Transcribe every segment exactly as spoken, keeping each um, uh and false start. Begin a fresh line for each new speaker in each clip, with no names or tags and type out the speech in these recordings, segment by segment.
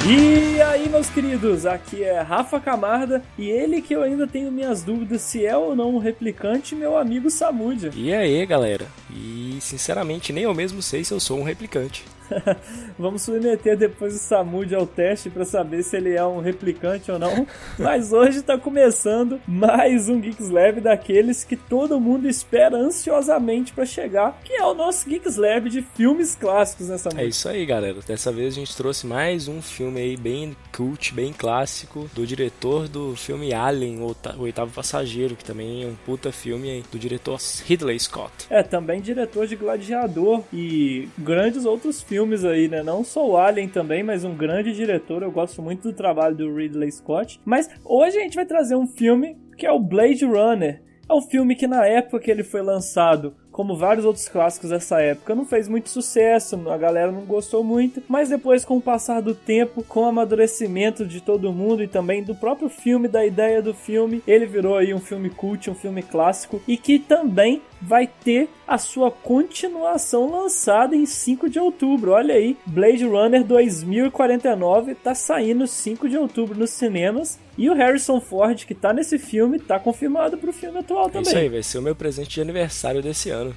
E aí, meus queridos, aqui é Rafa Camarda e ele que eu ainda tenho minhas dúvidas se é ou não um replicante, meu amigo Samudia.
E aí, galera? E sinceramente nem eu mesmo sei se eu sou um replicante.
Vamos submeter depois o Samudia ao teste para saber se ele é um replicante ou não. Mas hoje tá começando mais um Geeks Lab daqueles que todo mundo espera ansiosamente para chegar, que é o nosso Geeks Lab de filmes clássicos, né, Samudia?
É isso aí, galera. Dessa vez a gente trouxe mais um filme aí bem cult, bem clássico, do diretor do filme Alien, o Oitavo Passageiro, que também é um puta filme aí, do diretor Ridley Scott.
É, também diretor de Gladiador e grandes outros filmes. filmes aí, né? Não só o Alien também, mas um grande diretor. Eu gosto muito do trabalho do Ridley Scott. Mas hoje a gente vai trazer um filme que é o Blade Runner. É um filme que na época que ele foi lançado, como vários outros clássicos dessa época, não fez muito sucesso, a galera não gostou muito, mas depois, com o passar do tempo, com o amadurecimento de todo mundo e também do próprio filme, da ideia do filme, ele virou aí um filme cult, um filme clássico, e que também vai ter a sua continuação lançada em cinco de outubro. Olha aí, Blade Runner dois mil e quarenta e nove tá saindo cinco de outubro nos cinemas, e o Harrison Ford, que tá nesse filme, tá confirmado pro filme atual também.
É isso aí, vai ser o meu presente de aniversário desse ano.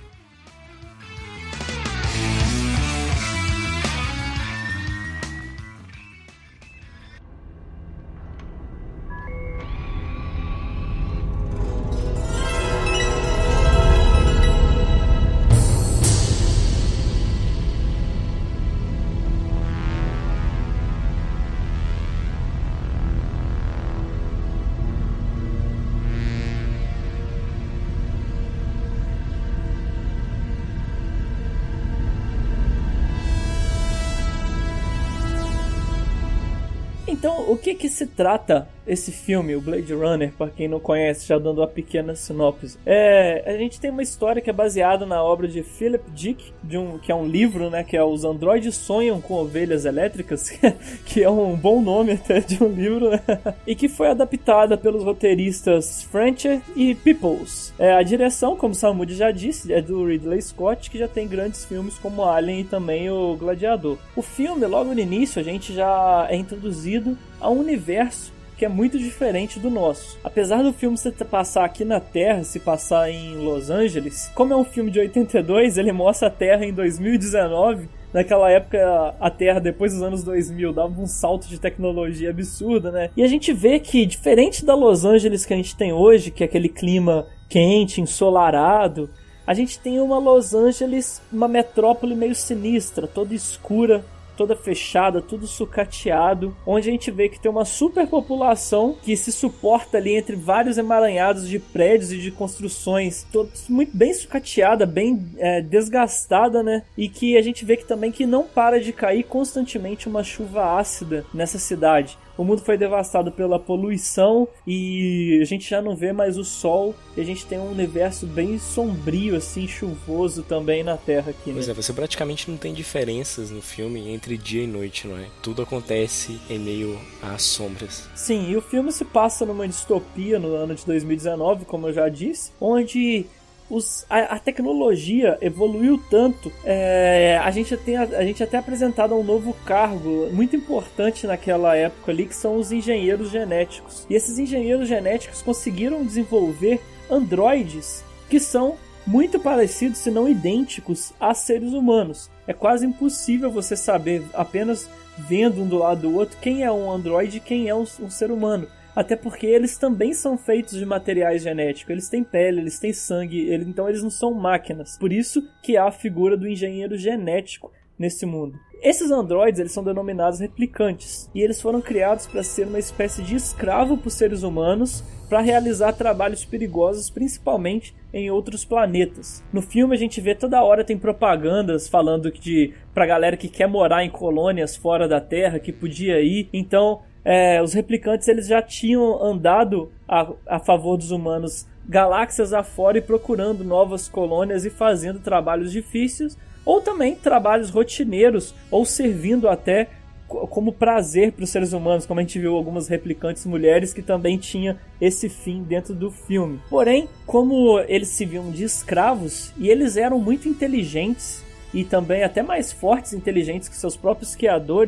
Então, o que que se trata esse filme, o Blade Runner, para quem não conhece, já dando uma pequena sinopse? É, a gente tem uma história que é baseada na obra de Philip Dick, de um, que é um livro, né, que é Os Androides Sonham com Ovelhas Elétricas, que é um bom nome até de um livro, né, e que foi adaptada pelos roteiristas Frencher e Peoples. É, a direção, como o Samudia já disse, é do Ridley Scott, que já tem grandes filmes como Alien e também o Gladiador. O filme, logo no início, a gente já é introduzido a um universo que é muito diferente do nosso. Apesar do filme se passar aqui na Terra, se passar em Los Angeles, como é um filme de oitenta e dois, ele mostra a Terra em dois mil e dezenove. Naquela época, a Terra, depois dos anos dois mil, dava um salto de tecnologia absurdo, né? E a gente vê que, diferente da Los Angeles que a gente tem hoje, que é aquele clima quente, ensolarado, a gente tem uma Los Angeles, uma metrópole meio sinistra, toda escura, toda fechada, tudo sucateado, onde a gente vê que tem uma superpopulação que se suporta ali entre vários emaranhados de prédios e de construções, todos muito bem sucateada, bem é, desgastada, né? E que a gente vê que também que não para de cair constantemente uma chuva ácida nessa cidade. O mundo foi devastado pela poluição e a gente já não vê mais o sol, e a gente tem um universo bem sombrio, assim, chuvoso também na Terra aqui, né?
Pois é, você praticamente não tem diferenças no filme entre dia e noite, não é? Tudo acontece em meio às sombras.
Sim, e o filme se passa numa distopia no ano de dois mil e dezenove, como eu já disse, onde Os, a, a tecnologia evoluiu tanto, é, a, gente tem, a, a gente é até apresentado a um novo cargo muito importante naquela época ali, que são os engenheiros genéticos. E esses engenheiros genéticos conseguiram desenvolver androides que são muito parecidos, se não idênticos, a seres humanos. É quase impossível você saber, apenas vendo um do lado do outro, quem é um androide e quem é um, um ser humano. Até porque eles também são feitos de materiais genéticos. Eles têm pele, eles têm sangue, eles, então eles não são máquinas. Por isso que há a figura do engenheiro genético nesse mundo. Esses androides, eles são denominados replicantes. E eles foram criados para ser uma espécie de escravo para os seres humanos, para realizar trabalhos perigosos, principalmente em outros planetas. No filme a gente vê toda hora tem propagandas falando que para galera que quer morar em colônias fora da Terra, que podia ir. Então É, os replicantes eles já tinham andado a, a favor dos humanos galáxias afora e procurando novas colônias e fazendo trabalhos difíceis ou também trabalhos rotineiros ou servindo até como prazer para os seres humanos, como a gente viu algumas replicantes mulheres que também tinham esse fim dentro do filme. Porém, como eles se viam de escravos e eles eram muito inteligentes e também até mais fortes e inteligentes que seus próprios criadores,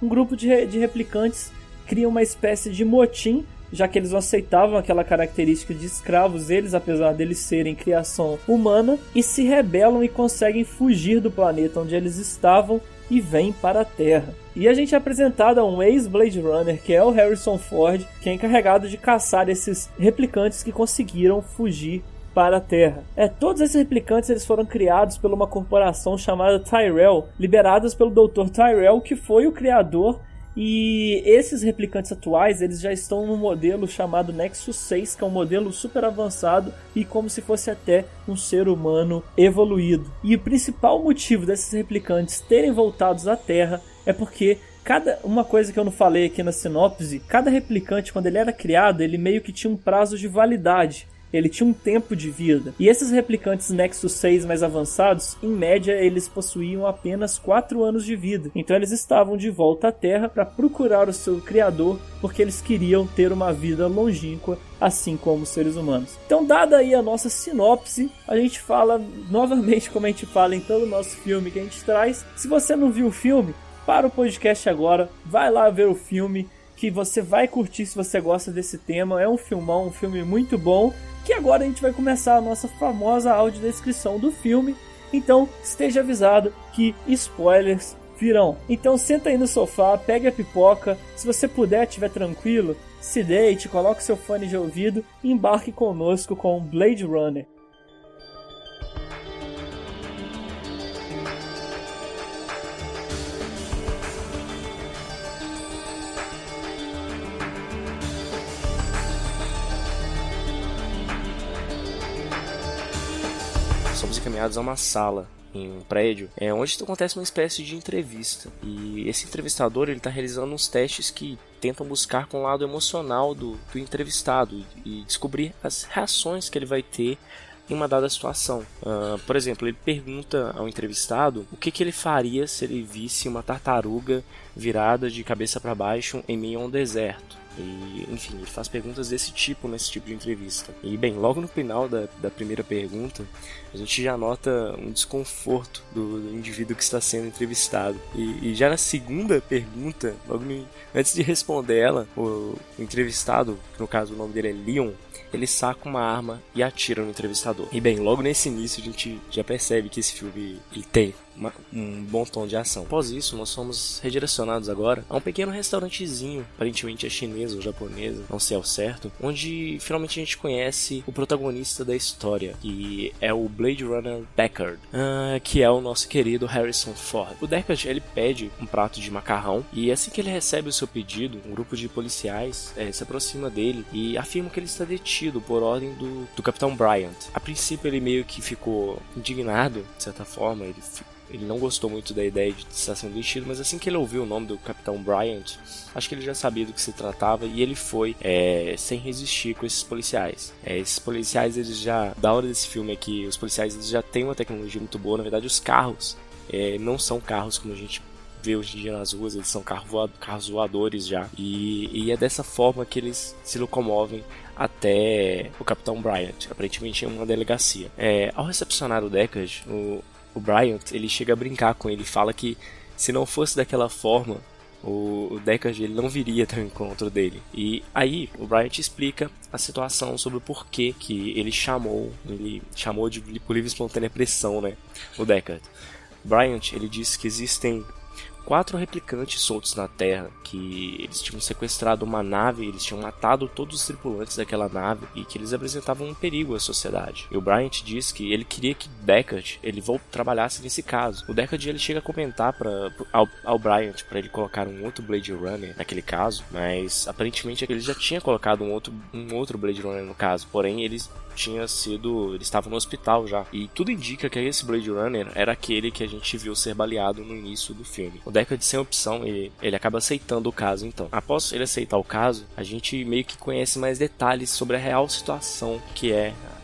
um grupo de, re- de replicantes cria uma espécie de motim, já que eles não aceitavam aquela característica de escravos, eles, apesar deles serem criação humana, e se rebelam e conseguem fugir do planeta onde eles estavam e vêm para a Terra. E a gente é apresentado a um ex-Blade Runner, que é o Harrison Ford, que é encarregado de caçar esses replicantes que conseguiram fugir para a Terra. É, todos esses replicantes eles foram criados por uma corporação chamada Tyrell, liberadas pelo doutor Tyrell, que foi o criador. E esses replicantes atuais, eles já estão no modelo chamado Nexus seis, que é um modelo super avançado e como se fosse até um ser humano evoluído. E o principal motivo desses replicantes terem voltado à Terra é porque cada uma coisa que eu não falei aqui na sinopse, cada replicante, quando ele era criado, ele meio que tinha um prazo de validade. Ele tinha um tempo de vida. E esses replicantes Nexus seis mais avançados, em média, eles possuíam apenas quatro anos de vida. Então eles estavam de volta à Terra para procurar o seu criador, porque eles queriam ter uma vida longínqua, assim como os seres humanos. Então, dada aí a nossa sinopse, a gente fala novamente como a gente fala em todo o nosso filme que a gente traz. Se você não viu o filme, para o podcast agora, vai lá ver o filme, que você vai curtir se você gosta desse tema. É um filmão, um filme muito bom, que agora a gente vai começar a nossa famosa audiodescrição do filme. Então esteja avisado que spoilers virão. Então senta aí no sofá, pegue a pipoca, se você puder, estiver tranquilo, se deite, coloque seu fone de ouvido e embarque conosco com Blade Runner.
Somos encaminhados a uma sala em um prédio, é onde acontece uma espécie de entrevista. E esse entrevistador ele está realizando uns testes que tentam buscar com o lado emocional do, do entrevistado e descobrir as reações que ele vai ter em uma dada situação. Uh, por exemplo, ele pergunta ao entrevistado o que, que ele faria se ele visse uma tartaruga virada de cabeça para baixo em meio a um deserto. E, enfim, ele faz perguntas desse tipo nesse tipo de entrevista. E bem, logo no final da, da primeira pergunta, a gente já nota um desconforto do, do indivíduo que está sendo entrevistado. E, e já na segunda pergunta, logo no, antes de responder ela, o, o entrevistado, que no caso o nome dele é Leon, ele saca uma arma e atira no entrevistador. E bem, logo nesse início a gente já percebe que esse filme ele tem uma, um bom tom de ação. Após isso, nós somos redirecionados agora a um pequeno restaurantezinho, aparentemente é chinês ou japonês, não sei ao certo, onde finalmente a gente conhece o protagonista da história, que é o Blade Runner Deckard, uh, que é o nosso querido Harrison Ford. O Deckard, ele pede um prato de macarrão e assim que ele recebe o seu pedido, um grupo de policiais é, se aproxima dele e afirma que ele está detido por ordem do, do Capitão Bryant. A princípio ele meio que ficou indignado, de certa forma, ele, ele não gostou muito da ideia de estar sendo detido, mas assim que ele ouviu o nome do Capitão Bryant, acho que ele já sabia do que se tratava e ele foi é, sem resistir com esses policiais. É, esses policiais, eles já, da hora desse filme aqui, os policiais eles já têm uma tecnologia muito boa, na verdade os carros é, não são carros como a gente vê hoje em dia nas ruas, eles são carro voado, carros voadores já, e, e é dessa forma que eles se locomovem até o Capitão Bryant, aparentemente em uma delegacia. É, ao recepcionar o Deckard, o, o Bryant, ele chega a brincar com ele, fala que se não fosse daquela forma, o, o Deckard ele não viria até o encontro dele. E aí o Bryant explica a situação sobre o porquê que ele chamou, ele chamou de por livre e espontânea pressão, né, o Deckard. Bryant, ele disse que existem quatro replicantes soltos na Terra, que eles tinham sequestrado uma nave, eles tinham matado todos os tripulantes daquela nave e que eles apresentavam um perigo à sociedade. E o Bryant diz que ele queria que Deckard ele trabalhasse nesse caso. O Deckard ele chega a comentar pra, ao, ao Bryant para ele colocar um outro Blade Runner naquele caso, mas aparentemente ele já tinha colocado um outro, um outro Blade Runner no caso, porém eles tinha sido, ele estava no hospital já, e tudo indica que esse Blade Runner era aquele que a gente viu ser baleado no início do filme. O Deckard, sem opção, ele, ele acaba aceitando o caso então. Após ele aceitar o caso, a gente meio que conhece mais detalhes sobre a real situação que é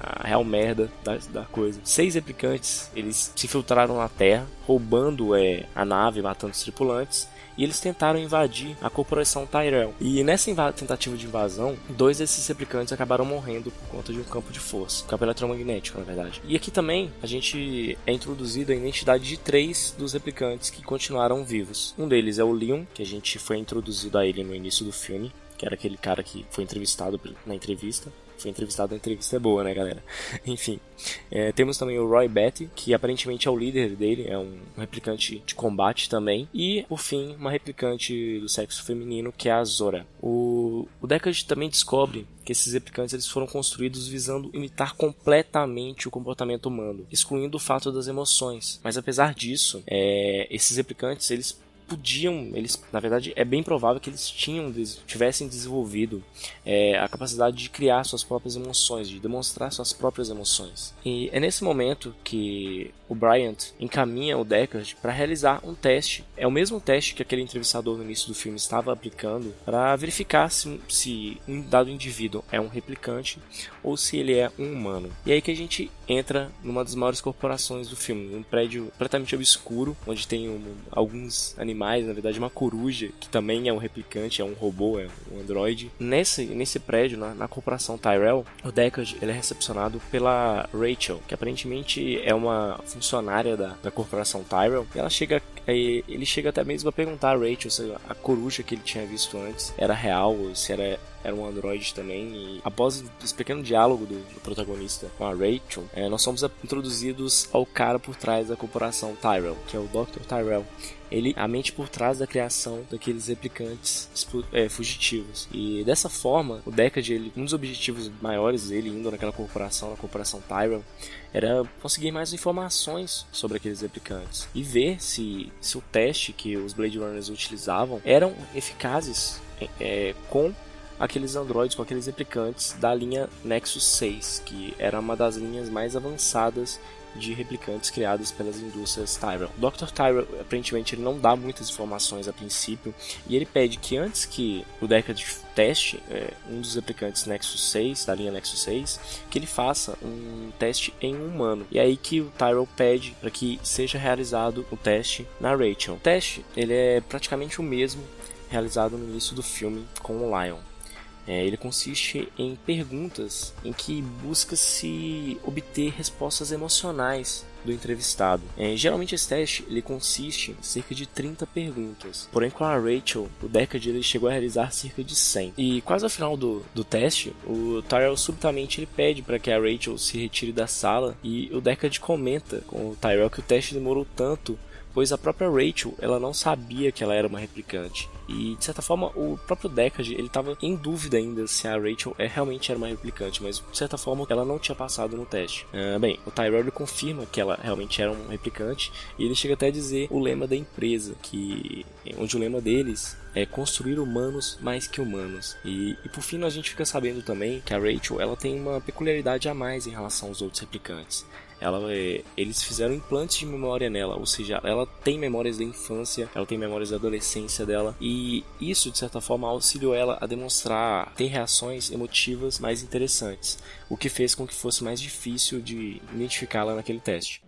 a real merda da, da coisa. Seis replicantes, eles se infiltraram na Terra, roubando é, a nave, matando os tripulantes, e eles tentaram invadir a corporação Tyrell. E nessa inv- tentativa de invasão, dois desses replicantes acabaram morrendo por conta de um campo de força, campo eletromagnético, na verdade. E aqui também a gente é introduzido a identidade de três dos replicantes que continuaram vivos. Um deles é o Leon, que a gente foi introduzido a ele no início do filme, que era aquele cara que foi entrevistado na entrevista. Foi entrevistado, a entrevista é boa, né, galera? Enfim. É, temos também o Roy Batty, que aparentemente é o líder dele, é um replicante de combate também. E, por fim, uma replicante do sexo feminino, que é a Zora. O, o Deckard também descobre que esses replicantes eles foram construídos visando imitar completamente o comportamento humano, excluindo o fato das emoções. Mas, apesar disso, é, esses replicantes, eles podiam, eles, na verdade, é bem provável que eles tinham, tivessem desenvolvido é, a capacidade de criar suas próprias emoções, de demonstrar suas próprias emoções. E é nesse momento que o Bryant encaminha o Deckard para realizar um teste. É o mesmo teste que aquele entrevistador no início do filme estava aplicando para verificar se, se um dado indivíduo é um replicante ou se ele é um humano. E aí que a gente entra numa das maiores corporações do filme, um prédio completamente obscuro, onde tem um, alguns animais, na verdade uma coruja, que também é um replicante, é um robô, é um androide. Nesse, nesse prédio, na, na corporação Tyrell, o Deckard ele é recepcionado pela Rachel, que aparentemente é uma funcionária da, da corporação Tyrell. E ela chega, ele chega até mesmo a perguntar a Rachel se a coruja que ele tinha visto antes era real ou se era era um androide também. E após esse pequeno diálogo do, do protagonista com a Rachel, é, nós somos introduzidos ao cara por trás da corporação Tyrell, que é o doutor Tyrell. Ele, a mente por trás da criação daqueles replicantes é, fugitivos. E dessa forma, o Deckard, ele, um dos objetivos maiores dele indo naquela corporação, na corporação Tyrell, era conseguir mais informações sobre aqueles replicantes e ver se, se o teste que os Blade Runners utilizavam eram eficazes é, com aqueles androides, com aqueles replicantes da linha Nexus seis, que era uma das linhas mais avançadas de replicantes criadas pelas indústrias Tyrell. O doutor Tyrell, aparentemente, ele não dá muitas informações a princípio, e ele pede que antes que o Deckard teste é, um dos replicantes Nexus seis, da linha Nexus seis, que ele faça um teste em um humano. E é aí que o Tyrell pede para que seja realizado o teste na Rachel. O teste, ele é praticamente o mesmo realizado no início do filme com o Lion. É, ele consiste em perguntas em que busca-se obter respostas emocionais do entrevistado. É, geralmente esse teste ele consiste em cerca de trinta perguntas. Porém, com a Rachel, o Deckard ele chegou a realizar cerca de cem. E quase ao final do, do teste, o Tyrell subitamente ele pede para que a Rachel se retire da sala, e o Deckard comenta com o Tyrell que o teste demorou tanto pois a própria Rachel ela não sabia que ela era uma replicante. E, de certa forma, o próprio Deckard ele estava em dúvida ainda se a Rachel é, realmente era uma replicante, mas, de certa forma, ela não tinha passado no teste. Uh, bem, o Tyrell ele confirma que ela realmente era um replicante, e ele chega até a dizer o lema da empresa, que, onde o lema deles é construir humanos mais que humanos. E, e por fim, a gente fica sabendo também que a Rachel ela tem uma peculiaridade a mais em relação aos outros replicantes. Ela, é, eles fizeram implantes de memória nela, ou seja, ela tem memórias da infância, ela tem memórias da adolescência dela, e isso de certa forma auxiliou ela a demonstrar, ter reações emotivas mais interessantes, o que fez com que fosse mais difícil de identificá-la naquele teste.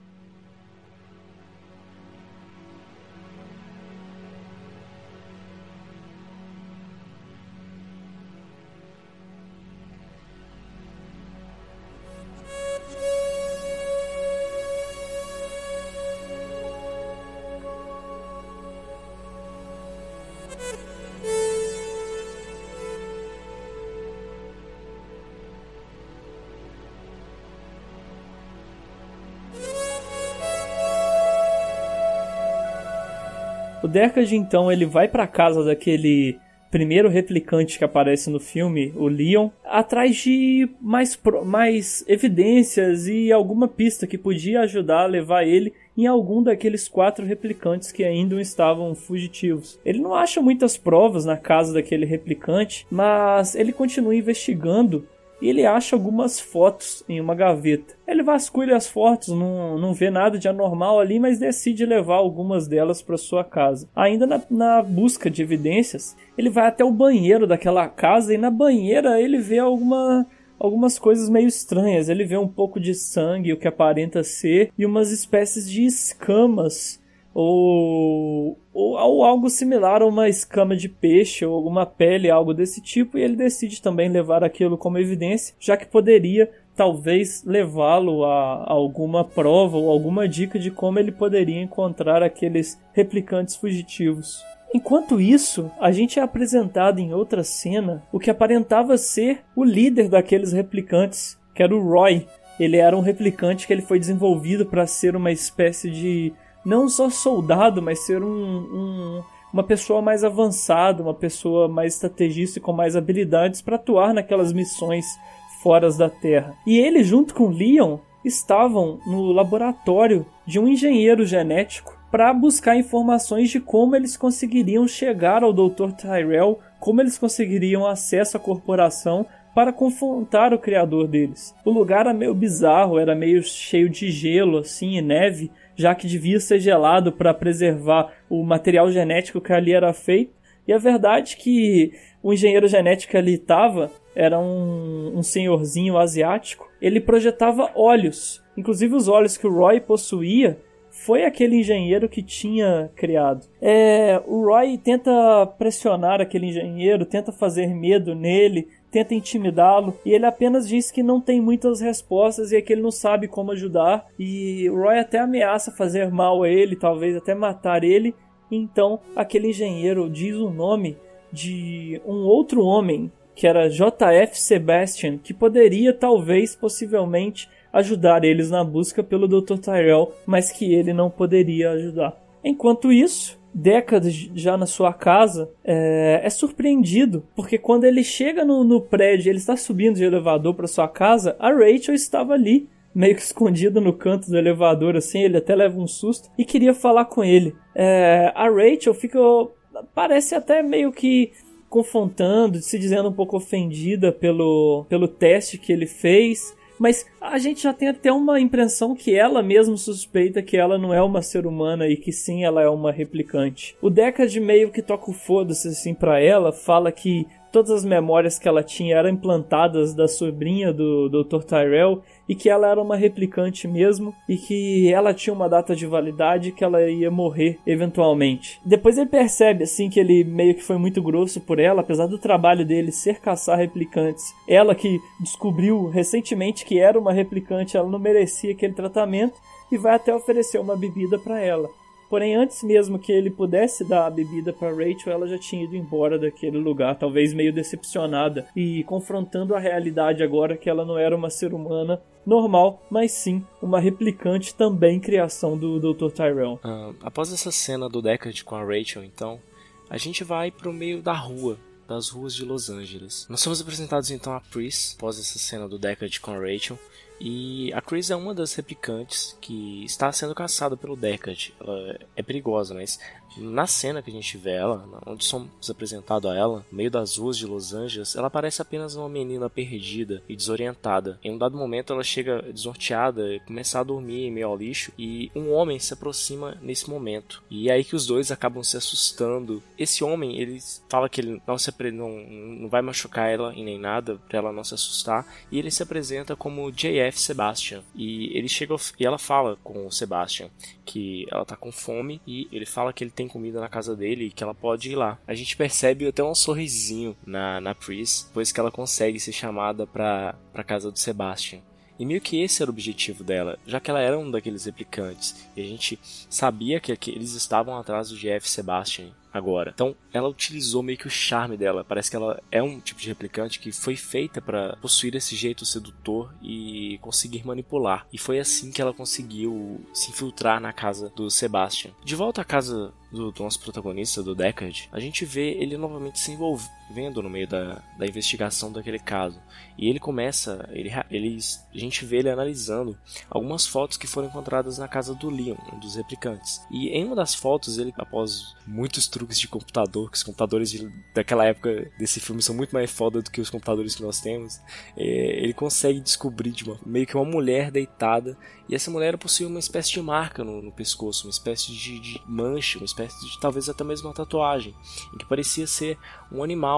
O Deckard, então, ele vai pra casa daquele primeiro replicante que aparece no filme, o Leon, atrás de mais, mais evidências e alguma pista que podia ajudar a levar ele em algum daqueles quatro replicantes que ainda estavam fugitivos. Ele não acha muitas provas na casa daquele replicante, mas ele continua investigando e ele acha algumas fotos em uma gaveta. Ele vasculha as fotos, não, não vê nada de anormal ali, mas decide levar algumas delas para sua casa. Ainda na, na busca de evidências, ele vai até o banheiro daquela casa, e na banheira ele vê alguma, algumas coisas meio estranhas. Ele vê um pouco de sangue, o que aparenta ser, e umas espécies de escamas, ou, ou, ou algo similar a uma escama de peixe, ou alguma pele, algo desse tipo, e ele decide também levar aquilo como evidência, já que poderia talvez levá-lo a alguma prova ou alguma dica de como ele poderia encontrar aqueles replicantes fugitivos. Enquanto isso, a gente é apresentado em outra cena o que aparentava ser o líder daqueles replicantes, que era o Roy. Ele era um replicante que ele foi desenvolvido para ser uma espécie de, não só soldado, mas ser um, um, uma pessoa mais avançada, uma pessoa mais estrategista e com mais habilidades para atuar naquelas missões fora da Terra. E ele, junto com Leon, estavam no laboratório de um engenheiro genético para buscar informações de como eles conseguiriam chegar ao doutor Tyrell, como eles conseguiriam acesso à corporação para confrontar o criador deles. O lugar era meio bizarro, era meio cheio de gelo assim, e neve, já que devia ser gelado para preservar o material genético que ali era feito. E a verdade é que o engenheiro genético que ali estava era um, um senhorzinho asiático. Ele projetava olhos, inclusive os olhos que o Roy possuía foi aquele engenheiro que tinha criado. É, o Roy tenta pressionar aquele engenheiro, tenta fazer medo nele, tenta intimidá-lo, e ele apenas diz que não tem muitas respostas e é que ele não sabe como ajudar, e o Roy até ameaça fazer mal a ele, talvez até matar ele. Então aquele engenheiro diz o nome de um outro homem, que era J F Sebastian, que poderia talvez, possivelmente, ajudar eles na busca pelo doutor Tyrell, mas que ele não poderia ajudar. Enquanto isso, Deckard, já na sua casa, é, é surpreendido, porque quando ele chega no, no prédio, ele está subindo de elevador para sua casa, a Rachel estava ali, meio que escondida no canto do elevador, assim, ele até leva um susto, e queria falar com ele. É, a Rachel fica, parece até meio que confrontando, se dizendo um pouco ofendida pelo, pelo teste que ele fez, mas a gente já tem até uma impressão que ela mesma suspeita que ela não é uma ser humana e que sim, ela é uma replicante. O Deckard meio que toca o foda-se assim pra ela, fala que todas as memórias que ela tinha eram implantadas da sobrinha do doutor Tyrell e que ela era uma replicante mesmo e que ela tinha uma data de validade e que ela ia morrer eventualmente. Depois ele percebe assim que ele meio que foi muito grosso por ela, apesar do trabalho dele ser caçar replicantes. Ela que descobriu recentemente que era uma replicante, ela não merecia aquele tratamento e vai até oferecer uma bebida para ela. Porém, antes mesmo que ele pudesse dar a bebida para Rachel, ela já tinha ido embora daquele lugar, talvez meio decepcionada e confrontando a realidade agora que ela não era uma ser humana normal, mas sim uma replicante também criação do doutor Tyrell.
Uh, após essa cena do Deckard com a Rachel, então, a gente vai pro meio da rua, das ruas de Los Angeles. Nós somos apresentados então a Chris, após essa cena do Deckard com a Rachel. E a Chris é uma das replicantes que está sendo caçada pelo Deckard. Ela é perigosa, mas na cena que a gente vê ela, onde somos apresentados a ela, no meio das ruas de Los Angeles, ela parece apenas uma menina perdida e desorientada. Em um dado momento ela chega desnorteada e começa a dormir meio ao lixo, e um homem se aproxima nesse momento. E é aí que os dois acabam se assustando. Esse homem, ele fala que ele não, se, não, não vai machucar ela e nem nada, pra ela não se assustar, e ele se apresenta como J F Sebastian. E ele chega e ela fala com o Sebastian que ela tá com fome e ele fala que ele tem comida na casa dele e que ela pode ir lá. A gente percebe até um sorrisinho na, na Pris, pois que ela consegue ser chamada pra, pra casa do Sebastian. E meio que esse era o objetivo dela, já que ela era um daqueles replicantes e a gente sabia que, que eles estavam atrás do J F Sebastian agora. Então ela utilizou meio que o charme dela. Parece que ela é um tipo de replicante que foi feita para possuir esse jeito sedutor e conseguir manipular. E foi assim que ela conseguiu se infiltrar na casa do Sebastian. De volta à casa do, do nosso protagonista, do Deckard, a gente vê ele novamente se envolvendo no meio da, da investigação daquele caso. E ele começa, ele, ele, a gente vê ele analisando algumas fotos que foram encontradas na casa do Leon, um dos replicantes. E em uma das fotos, ele, após muitos truques de computador, que os computadores de, daquela época desse filme são muito mais foda do que os computadores que nós temos, é, ele consegue descobrir de uma, meio que uma mulher deitada, e essa mulher possui uma espécie de marca no, no pescoço, uma espécie de, de mancha, uma espécie de talvez até mesmo uma tatuagem, em que parecia ser um animal,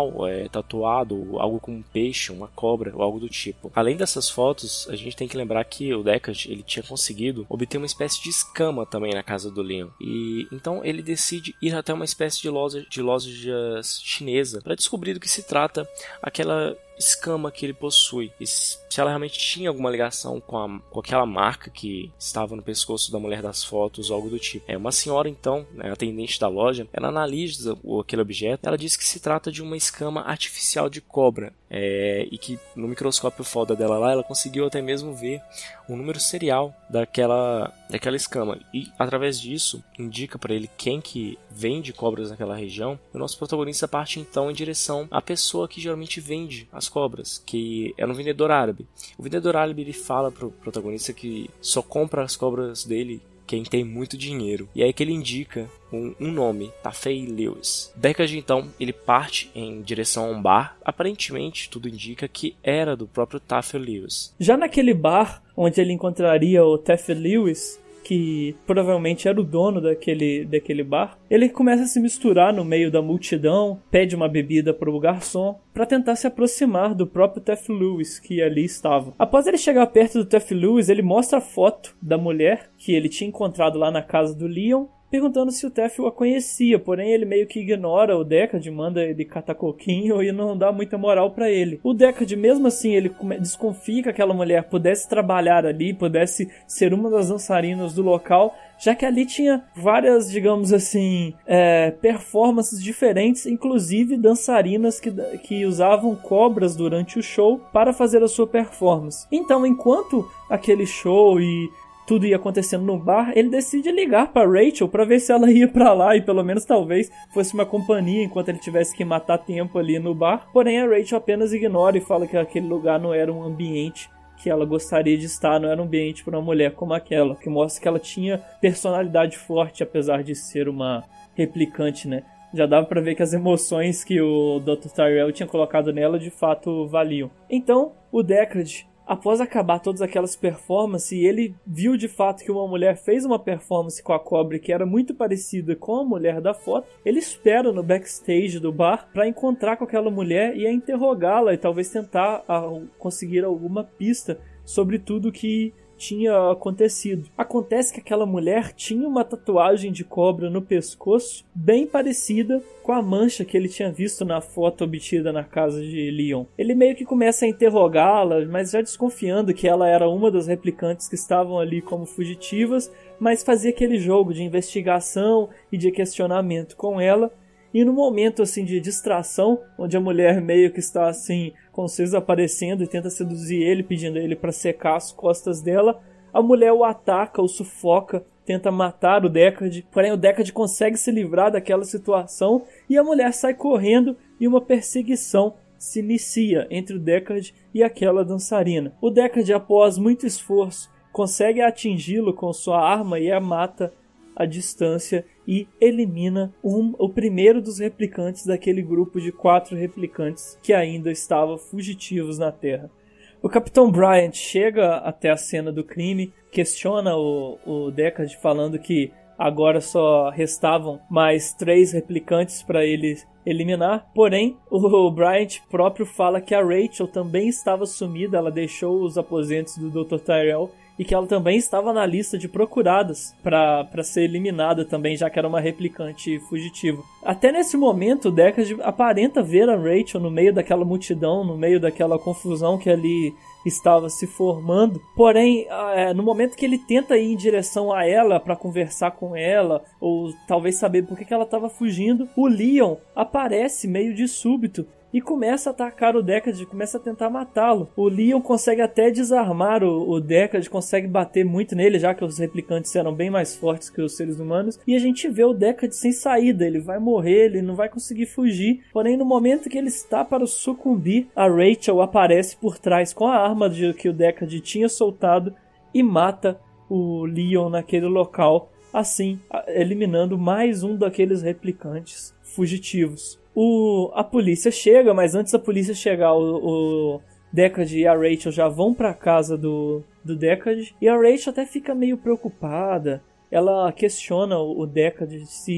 animal é, tatuado, algo como um peixe, uma cobra ou algo do tipo. Além dessas fotos, a gente tem que lembrar que o Deckard, ele tinha conseguido obter uma espécie de escama também na casa do Leon. E então ele decide ir até uma espécie de loja, de loja chinesa para descobrir do que se trata aquela escama que ele possui, e se ela realmente tinha alguma ligação com, a, com aquela marca que estava no pescoço da mulher das fotos ou algo do tipo. É uma senhora, então, né, atendente da loja, ela analisa o, aquele objeto, ela diz que se trata de uma escama artificial de cobra, é, e que no microscópio foda dela lá, ela conseguiu até mesmo ver o número serial daquela, daquela escama, e através disso indica para ele quem que vende cobras naquela região. O nosso protagonista parte então em direção à pessoa que geralmente vende as cobras, que era um vendedor árabe. O vendedor árabe, ele fala pro protagonista que só compra as cobras dele quem tem muito dinheiro. E é aí que ele indica um, um nome, Tafei Lewis. Deckard, então, ele parte em direção a um bar. Aparentemente, tudo indica que era do próprio Tafei Lewis.
Já naquele bar onde ele encontraria o Tafei Lewis, que provavelmente era o dono daquele, daquele bar, ele começa a se misturar no meio da multidão, pede uma bebida para o garçom, para tentar se aproximar do próprio Tafei Lewis, que ali estava. Após ele chegar perto do Tafei Lewis, ele mostra a foto da mulher que ele tinha encontrado lá na casa do Leon, perguntando se o Tafei a conhecia, porém ele meio que ignora o Deckard, manda ele catar coquinho e não dá muita moral pra ele. O Deckard, mesmo assim, ele desconfia que aquela mulher pudesse trabalhar ali, pudesse ser uma das dançarinas do local, já que ali tinha várias, digamos assim, é, performances diferentes, inclusive dançarinas que, que usavam cobras durante o show para fazer a sua performance. Então, enquanto aquele show e tudo ia acontecendo no bar, ele decide ligar para Rachel para ver se ela ia para lá e pelo menos talvez fosse uma companhia enquanto ele tivesse que matar tempo ali no bar. Porém, a Rachel apenas ignora e fala que aquele lugar não era um ambiente que ela gostaria de estar, não era um ambiente para uma mulher como aquela, que mostra que ela tinha personalidade forte, apesar de ser uma replicante, né? Já dava pra ver que as emoções que o doutor Tyrell tinha colocado nela de fato valiam. Então, o Deckard, após acabar todas aquelas performances, ele viu de fato que uma mulher fez uma performance com a cobra que era muito parecida com a mulher da foto. Ele espera no backstage do bar para encontrar com aquela mulher e a interrogá-la e talvez tentar a, conseguir alguma pista sobre tudo que tinha acontecido. Acontece que aquela mulher tinha uma tatuagem de cobra no pescoço bem parecida com a mancha que ele tinha visto na foto obtida na casa de Leon. Ele meio que começa a interrogá-la, mas já desconfiando que ela era uma das replicantes que estavam ali como fugitivas, mas fazia aquele jogo de investigação e de questionamento com ela. E no momento assim de distração, onde a mulher meio que está assim com os seios aparecendo e tenta seduzir ele, pedindo a ele para secar as costas dela, a mulher o ataca, o sufoca, tenta matar o Deckard, porém o Deckard consegue se livrar daquela situação e a mulher sai correndo e uma perseguição se inicia entre o Deckard e aquela dançarina. O Deckard, após muito esforço, consegue atingi-lo com sua arma e a mata à distância e elimina um, o primeiro dos replicantes daquele grupo de quatro replicantes que ainda estavam fugitivos na Terra. O Capitão Bryant chega até a cena do crime, questiona o, o Deckard falando que agora só restavam mais três replicantes para ele eliminar, porém o Bryant próprio fala que a Rachel também estava sumida, ela deixou os aposentos do doutor Tyrell e que ela também estava na lista de procuradas para ser eliminada também, já que era uma replicante fugitiva. Até nesse momento, o Deckard aparenta ver a Rachel no meio daquela multidão, no meio daquela confusão que ali estava se formando. Porém, é, no momento que ele tenta ir em direção a ela para conversar com ela, ou talvez saber por que ela estava fugindo, o Leon aparece meio de súbito e começa a atacar o Deckard, começa a tentar matá-lo. O Leon consegue até desarmar o, o Deckard, consegue bater muito nele, já que os replicantes eram bem mais fortes que os seres humanos. E a gente vê o Deckard sem saída, ele vai morrer, ele não vai conseguir fugir. Porém, no momento que ele está para sucumbir, a Rachel aparece por trás com a arma de, que o Deckard tinha soltado e mata o Leon naquele local, assim eliminando mais um daqueles replicantes fugitivos. O, a polícia chega, mas antes da polícia chegar, o, o Deckard e a Rachel já vão pra casa do, do Deckard. E a Rachel até fica meio preocupada. Ela questiona o, o Deckard se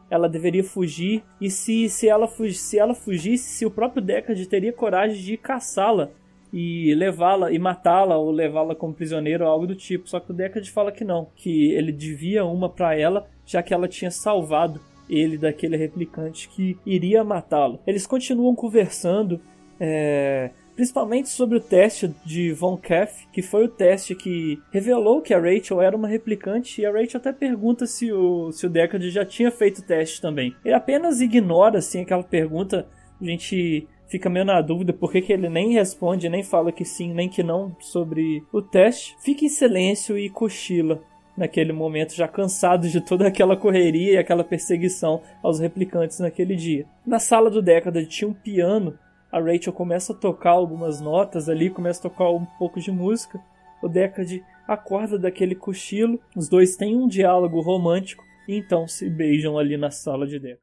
ela deveria fugir, e se, se, ela, fug, se ela fugisse, se o próprio Deckard teria coragem de caçá-la e levá-la e matá-la ou levá-la como prisioneiro ou algo do tipo. Só que o Deckard fala que não, que ele devia uma pra ela, já que ela tinha salvado ele daquele replicante que iria matá-lo. Eles continuam conversando, é, principalmente sobre o teste de Von Cath, que foi o teste que revelou que a Rachel era uma replicante, e a Rachel até pergunta se o, se o Deckard já tinha feito o teste também. Ele apenas ignora assim, aquela pergunta. A gente fica meio na dúvida porque que ele nem responde, nem fala que sim, nem que não sobre o teste. Fica em silêncio e cochila naquele momento, já cansado de toda aquela correria e aquela perseguição aos replicantes naquele dia. Na sala do Deckard tinha um piano. A Rachel começa a tocar algumas notas ali, começa a tocar um pouco de música. O Deckard acorda daquele cochilo. Os dois têm um diálogo romântico e então se beijam ali na sala de Deckard.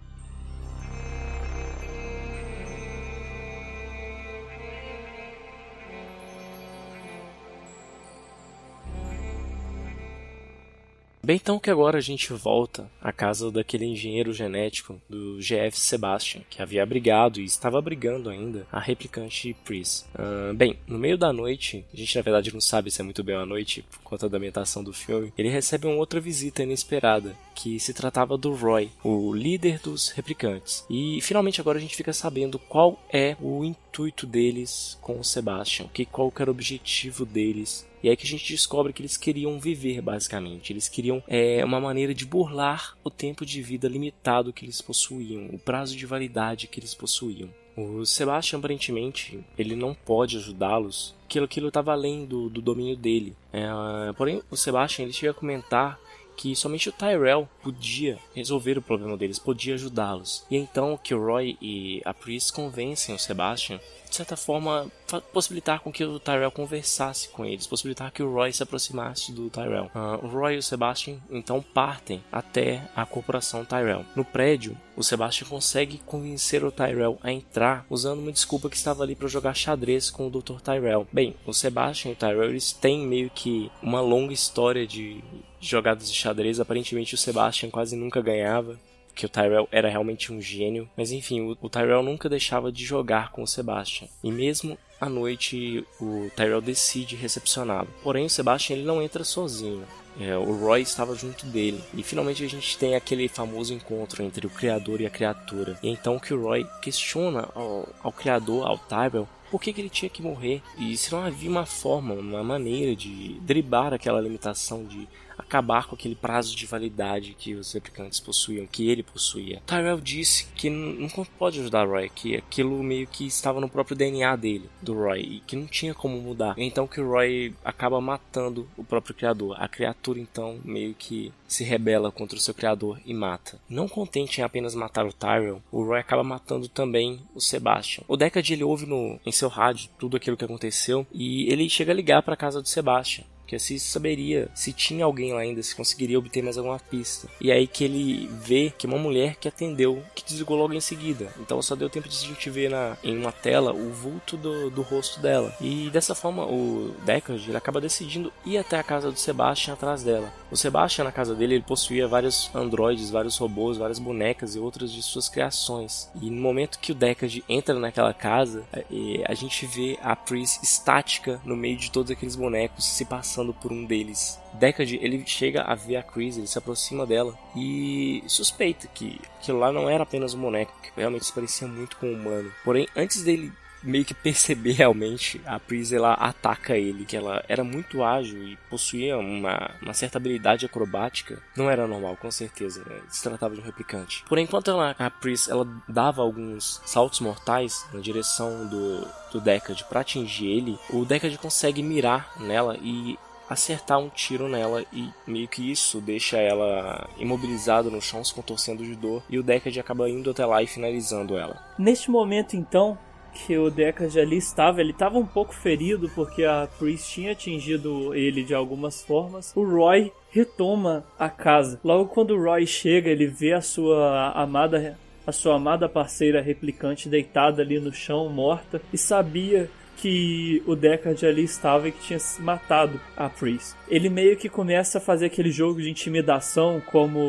Bem, então que agora a gente volta à casa daquele engenheiro genético do G F Sebastian, que havia abrigado e estava abrigando ainda a replicante Pris. Uh, bem, no meio da noite, a gente na verdade não sabe se é muito bem a noite, por conta da ambientação do filme, ele recebe uma outra visita inesperada, que se tratava do Roy, o líder dos replicantes. E finalmente agora a gente fica sabendo qual é o intuito deles com o Sebastian, que, qual que era o objetivo deles. E é aí que a gente descobre que eles queriam viver, basicamente. Eles queriam é, uma maneira de burlar o tempo de vida limitado que eles possuíam, o prazo de validade que eles possuíam. O Sebastian, aparentemente, ele não pode ajudá-los, porque aquilo estava além do, do domínio dele. É, porém, o Sebastian ele chega a comentar que somente o Tyrell podia resolver o problema deles, podia ajudá-los. E é então que o Roy e a Pris convencem o Sebastian, de certa forma, possibilitar com que o Tyrell conversasse com eles, possibilitar que o Roy se aproximasse do Tyrell. Uh, o Roy e o Sebastian então partem até a corporação Tyrell. No prédio, o Sebastian consegue convencer o Tyrell a entrar usando uma desculpa que estava ali para jogar xadrez com o doutor Tyrell. Bem, o Sebastian e o Tyrell eles têm meio que uma longa história de jogadas de xadrez. Aparentemente o Sebastian quase nunca ganhava, que o Tyrell era realmente um gênio, mas enfim, o, o Tyrell nunca deixava de jogar com o Sebastian, e mesmo à noite o Tyrell decide recepcioná-lo. Porém o Sebastian ele não entra sozinho, é, o Roy estava junto dele, e finalmente a gente tem aquele famoso encontro entre o criador e a criatura, e então que o Roy questiona ao, ao criador, ao Tyrell, por que, que ele tinha que morrer, e se não havia uma forma, uma maneira de driblar aquela limitação, de acabar com aquele prazo de validade que os replicantes possuíam, que ele possuía. Tyrell disse que não pode ajudar Roy, que aquilo meio que estava no próprio D N A dele, do Roy, e que não tinha como mudar. Então que o Roy acaba matando o próprio criador. A criatura então meio que se rebela contra o seu criador e mata. Não contente em apenas matar o Tyrell, o Roy acaba matando também o Sebastian. O Deckard ele ouve no, em seu rádio tudo aquilo que aconteceu e ele chega a ligar para a casa do Sebastian, que assim saberia se tinha alguém lá ainda, se conseguiria obter mais alguma pista. E aí que ele vê que uma mulher que atendeu, que desligou logo em seguida. Então só deu tempo de a gente ver na, em uma tela o vulto do, do rosto dela. E dessa forma o Deckard ele acaba decidindo ir até a casa do Sebastian atrás dela. O Sebastian na casa dele ele possuía vários androides, vários robôs, várias bonecas e outras de suas criações. E no momento que o Deckard entra naquela casa, a, a gente vê a Pris estática no meio de todos aqueles bonecos, se passando por um deles. Deckard ele chega a ver a Chris, ele se aproxima dela e suspeita que aquilo lá não era apenas um boneco, que realmente se parecia muito com um humano. Porém, antes dele meio que perceber realmente, a Pris ela ataca ele, que ela era muito ágil e possuía uma, uma certa habilidade acrobática. Não era normal, com certeza, né? Se tratava de um replicante. Porém, enquanto ela, a Pris ela dava alguns saltos mortais na direção do, do Deckard para atingir ele, o Deckard consegue mirar nela e acertar um tiro nela, e meio que isso deixa ela imobilizada no chão, se contorcendo de dor, e o Deckard acaba indo até lá e finalizando ela.
Neste momento então que o Deckard ali estava, ele estava um pouco ferido porque a Pris tinha atingido ele de algumas formas. O Roy retoma a casa. Logo quando o Roy chega, ele vê a sua amada, a sua amada parceira replicante deitada ali no chão, morta, e sabia que o Deckard ali estava e que tinha matado a Pris. Ele meio que começa a fazer aquele jogo de intimidação, como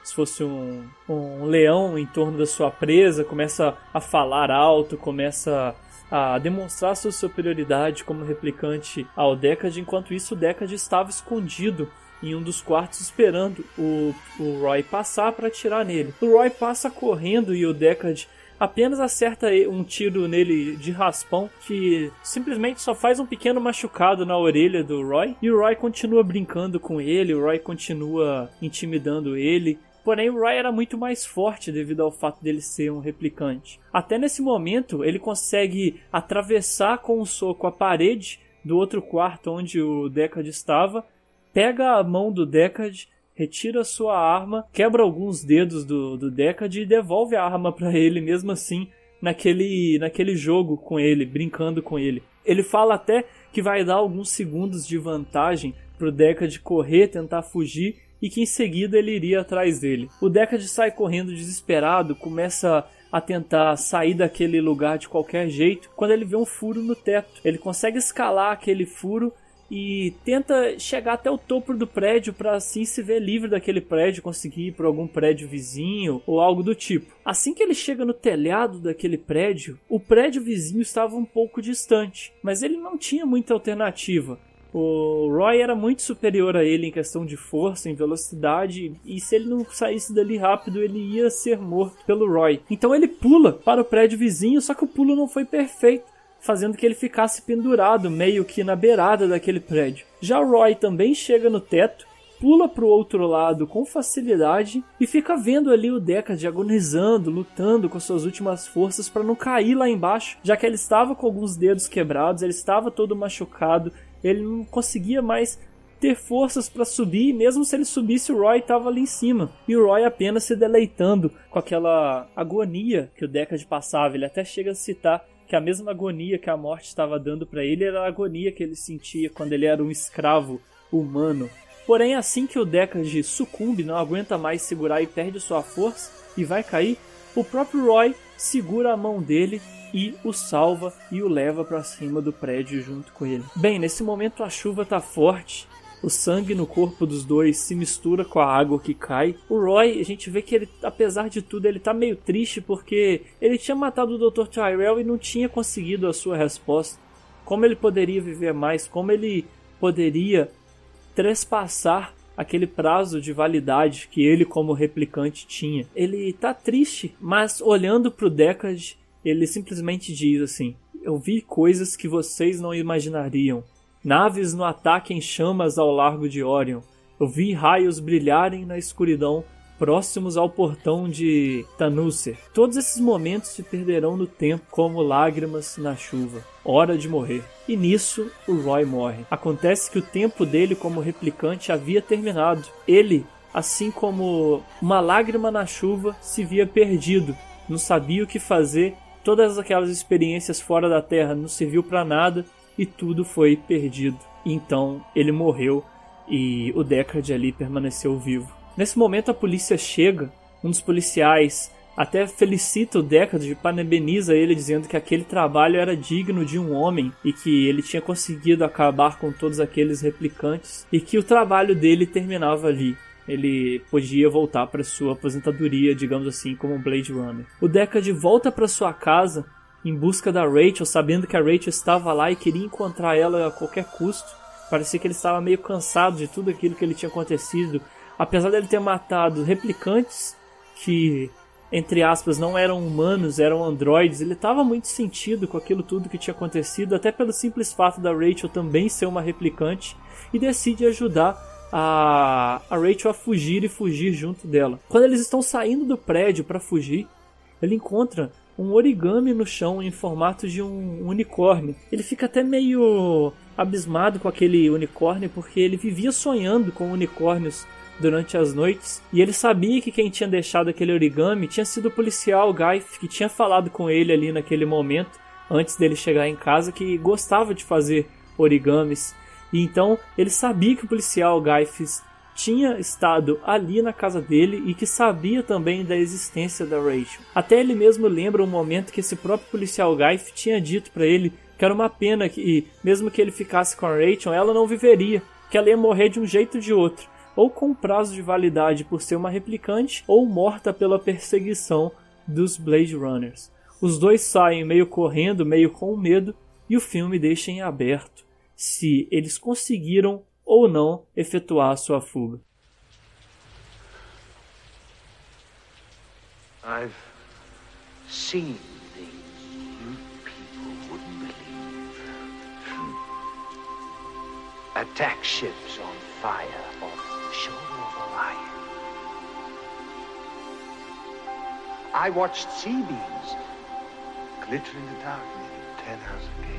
se fosse um, um leão em torno da sua presa, começa a falar alto, começa a demonstrar sua superioridade como replicante ao Deckard. Enquanto isso, o Deckard estava escondido em um dos quartos esperando o, o Roy passar para atirar nele. O Roy passa correndo e o Deckard apenas acerta um tiro nele de raspão, que simplesmente só faz um pequeno machucado na orelha do Roy, e o Roy continua brincando com ele, o Roy continua intimidando ele. Porém, o Roy era muito mais forte devido ao fato dele ser um replicante. Até nesse momento, ele consegue atravessar com um soco a parede do outro quarto onde o Deckard estava, pega a mão do Deckard, retira sua arma, quebra alguns dedos do, do Deckard e devolve a arma para ele, mesmo assim, naquele, naquele jogo com ele, brincando com ele. Ele fala até que vai dar alguns segundos de vantagem pro Deckard correr, tentar fugir, e que em seguida ele iria atrás dele. O Deckard sai correndo desesperado, começa a tentar sair daquele lugar de qualquer jeito, quando ele vê um furo no teto. Ele consegue escalar aquele furo e tenta chegar até o topo do prédio para assim se ver livre daquele prédio, conseguir ir para algum prédio vizinho ou algo do tipo. Assim que ele chega no telhado daquele prédio, o prédio vizinho estava um pouco distante, mas ele não tinha muita alternativa. O Roy era muito superior a ele em questão de força, em velocidade, e se ele não saísse dali rápido, ele ia ser morto pelo Roy. Então ele pula para o prédio vizinho, só que o pulo não foi perfeito, fazendo que ele ficasse pendurado meio que na beirada daquele prédio. Já o Roy também chega no teto, pula para o outro lado com facilidade e fica vendo ali o Deckard agonizando, lutando com suas últimas forças para não cair lá embaixo, já que ele estava com alguns dedos quebrados, ele estava todo machucado, ele não conseguia mais ter forças para subir, e mesmo se ele subisse, o Roy estava ali em cima. E o Roy apenas se deleitando com aquela agonia que o Deckard passava. Ele até chega a citar que a mesma agonia que a morte estava dando para ele era a agonia que ele sentia quando ele era um escravo humano. Porém, assim que o Deckard sucumbe, não aguenta mais segurar e perde sua força e vai cair, o próprio Roy segura a mão dele e o salva e o leva para cima do prédio junto com ele. Bem, nesse momento a chuva tá forte, o sangue no corpo dos dois se mistura com a água que cai. O Roy, a gente vê que ele, apesar de tudo, ele tá meio triste porque ele tinha matado o doutor Tyrell e não tinha conseguido a sua resposta. Como ele poderia viver mais? Como ele poderia trespassar aquele prazo de validade que ele como replicante tinha? Ele tá triste, mas olhando pro Deckard, ele simplesmente diz assim: eu vi coisas que vocês não imaginariam. Naves no ataque em chamas ao largo de Orion. Eu vi raios brilharem na escuridão próximos ao portão de Tanusser. Todos esses momentos se perderão no tempo como lágrimas na chuva. Hora de morrer. E nisso, o Roy morre. Acontece que o tempo dele como replicante havia terminado. Ele, assim como uma lágrima na chuva, se via perdido. Não sabia o que fazer. Todas aquelas experiências fora da Terra não serviu para nada e tudo foi perdido. Então ele morreu e o Deckard ali permaneceu vivo. Nesse momento a polícia chega, um dos policiais até felicita o Deckard, parabeniza ele dizendo que aquele trabalho era digno de um homem e que ele tinha conseguido acabar com todos aqueles replicantes e que o trabalho dele terminava ali. Ele podia voltar para sua aposentadoria, digamos assim, como um Blade Runner. O Deckard volta para sua casa em busca da Rachel, sabendo que a Rachel estava lá e queria encontrar ela a qualquer custo. Parecia que ele estava meio cansado de tudo aquilo que ele tinha acontecido. Apesar dele ter matado replicantes que, entre aspas, não eram humanos, eram androides, ele estava muito sentido com aquilo tudo que tinha acontecido, até pelo simples fato da Rachel também ser uma replicante, e decide ajudar a, a Rachel a fugir e fugir junto dela. Quando eles estão saindo do prédio para fugir, ele encontra um origami no chão em formato de um unicórnio. Ele fica até meio abismado com aquele unicórnio, porque ele vivia sonhando com unicórnios durante as noites, e ele sabia que quem tinha deixado aquele origami tinha sido o policial Gaiff, que tinha falado com ele ali naquele momento, antes dele chegar em casa, que gostava de fazer origamis. E então ele sabia que o policial Gaiff tinha estado ali na casa dele e que sabia também da existência da Rachel. Até ele mesmo lembra um momento que esse próprio policial Gaiff tinha dito para ele que era uma pena que, mesmo que ele ficasse com a Rachel, ela não viveria, que ela ia morrer de um jeito ou de outro. ou com prazo de validade por ser uma replicante, ou morta pela perseguição dos Blade Runners. Os dois saem meio correndo, meio com medo, e o filme deixa em aberto se eles conseguiram ou não efetuar a sua fuga.
I've seen things you people wouldn't believe. Attack ships on fire off the shore of Orion. I watched sea beams glitter in the dark near Ten House Gate.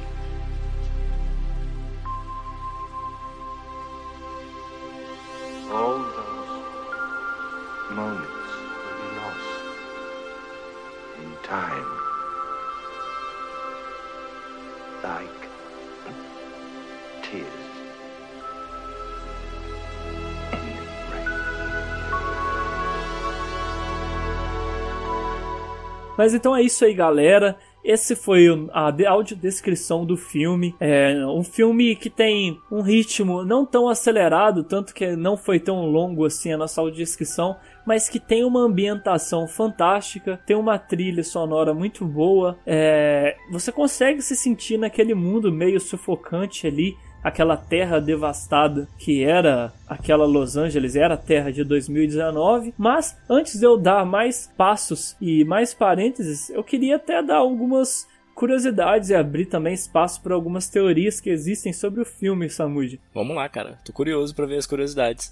All those moments will be lost in time, like tears in rain.
Mas então é isso aí, galera. Esse foi a audiodescrição do filme. É um filme que tem um ritmo não tão acelerado, tanto que não foi tão longo assim a nossa audiodescrição, mas que tem uma ambientação fantástica, tem uma trilha sonora muito boa. É, você consegue se sentir naquele mundo meio sufocante ali, aquela terra devastada que era aquela Los Angeles, era a terra de dois mil e dezenove. Mas antes de eu dar mais passos e mais parênteses, eu queria até dar algumas curiosidades e abrir também espaço para algumas teorias que existem sobre o filme, Samud.
Vamos lá, cara. Tô curioso pra ver as curiosidades.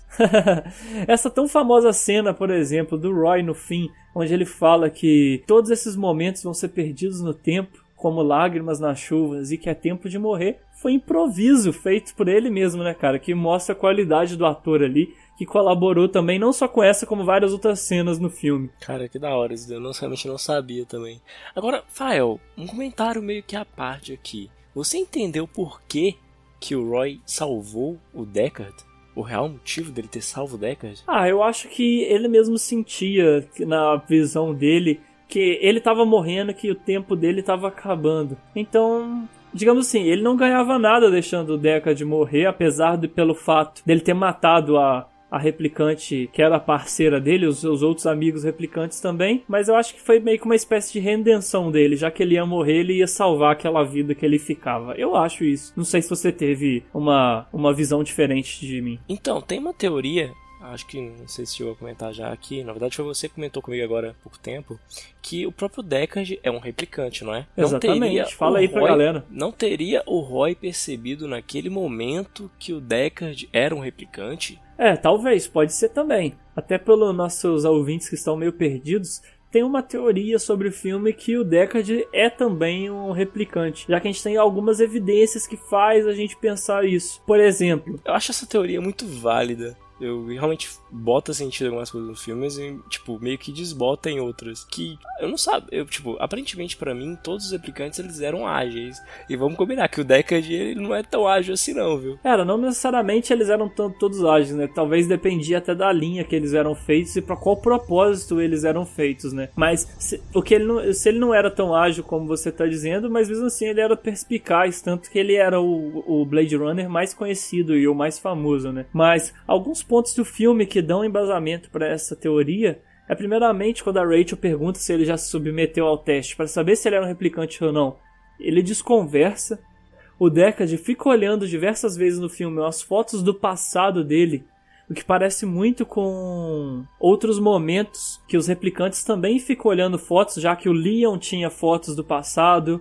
Essa tão famosa cena, por exemplo, do Roy no fim, onde ele fala que todos esses momentos vão ser perdidos no tempo, como lágrimas nas chuvas, e que é tempo de morrer, foi improviso feito por ele mesmo, né, cara? Que mostra a qualidade do ator ali, que colaborou também, não só com essa, como várias outras cenas no filme.
Cara, que da hora, eu não, realmente não sabia também. Agora, Fael, um comentário meio que à parte aqui. Você entendeu por que, que o Roy salvou o Deckard? O real motivo dele ter salvo o Deckard?
Ah, eu acho que ele mesmo sentia, na visão dele, que ele tava morrendo, que o tempo dele tava acabando. Então, digamos assim, ele não ganhava nada deixando o Deckard morrer, apesar de pelo fato dele ter matado a, a replicante, que era a parceira dele, os seus outros amigos replicantes também. Mas eu acho que foi meio que uma espécie de redenção dele, já que ele ia morrer, ele ia salvar aquela vida que ele ficava. Eu acho isso. Não sei se você teve uma, uma visão diferente de mim.
Então, tem uma teoria... Acho que, não sei se eu vou comentar já aqui, na verdade foi você que comentou comigo agora há pouco tempo, que o próprio Deckard é um replicante, não é?
Exatamente,
não
fala aí pra
Roy,
galera.
Não teria o Roy percebido naquele momento que o Deckard era um replicante?
É, talvez, pode ser também. Até pelos nossos ouvintes que estão meio perdidos, tem uma teoria sobre o filme que o Deckard é também um replicante, já que a gente tem algumas evidências que faz a gente pensar isso. Por exemplo...
Eu acho essa teoria muito válida. Eu realmente bota sentido em algumas coisas nos filmes e, tipo, meio que desbota em outras. Que, eu não sabe, eu, tipo, aparentemente pra mim, todos os replicantes, eles eram ágeis. E vamos combinar que o Deckard, ele não é tão ágil assim não, viu?
Era, não necessariamente eles eram tanto, todos ágeis, né? Talvez dependia até da linha que eles eram feitos e pra qual propósito eles eram feitos, né? Mas, se, o que ele não, se ele não era tão ágil como você tá dizendo, mas mesmo assim ele era perspicaz, tanto que ele era o, o Blade Runner mais conhecido e o mais famoso, né? Mas, alguns pontos do filme que dão embasamento para essa teoria é primeiramente quando a Rachel pergunta se ele já se submeteu ao teste para saber se ele era um replicante ou não. Ele desconversa, o Deckard fica olhando diversas vezes no filme as fotos do passado dele, o que parece muito com outros momentos que os replicantes também ficam olhando fotos, já que o Leon tinha fotos do passado.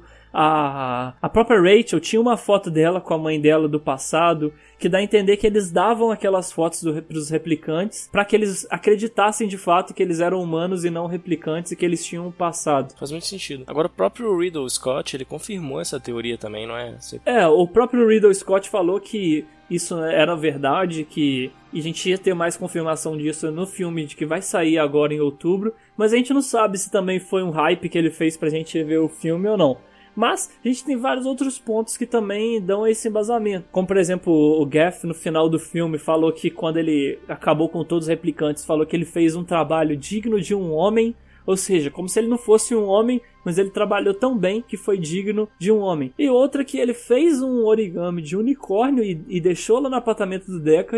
A, a própria Rachel tinha uma foto dela com a mãe dela do passado, que dá a entender que eles davam aquelas fotos para os replicantes para que eles acreditassem de fato que eles eram humanos e não replicantes e que eles tinham um passado.
Faz muito sentido. Agora o próprio Riddle Scott, ele confirmou essa teoria também, não é? Você...
É, o próprio Riddle Scott falou que isso era verdade, que e a gente ia ter mais confirmação disso no filme de que vai sair agora em outubro, mas a gente não sabe se também foi um hype que ele fez pra gente ver o filme ou não. Mas a gente tem vários outros pontos que também dão esse embasamento. Como, por exemplo, o Gaff, no final do filme, falou que quando ele acabou com todos os replicantes, falou que ele fez um trabalho digno de um homem. Ou seja, como se ele não fosse um homem, mas ele trabalhou tão bem que foi digno de um homem. E outra que ele fez um origami de unicórnio e, e deixou lá no apartamento do Deckard,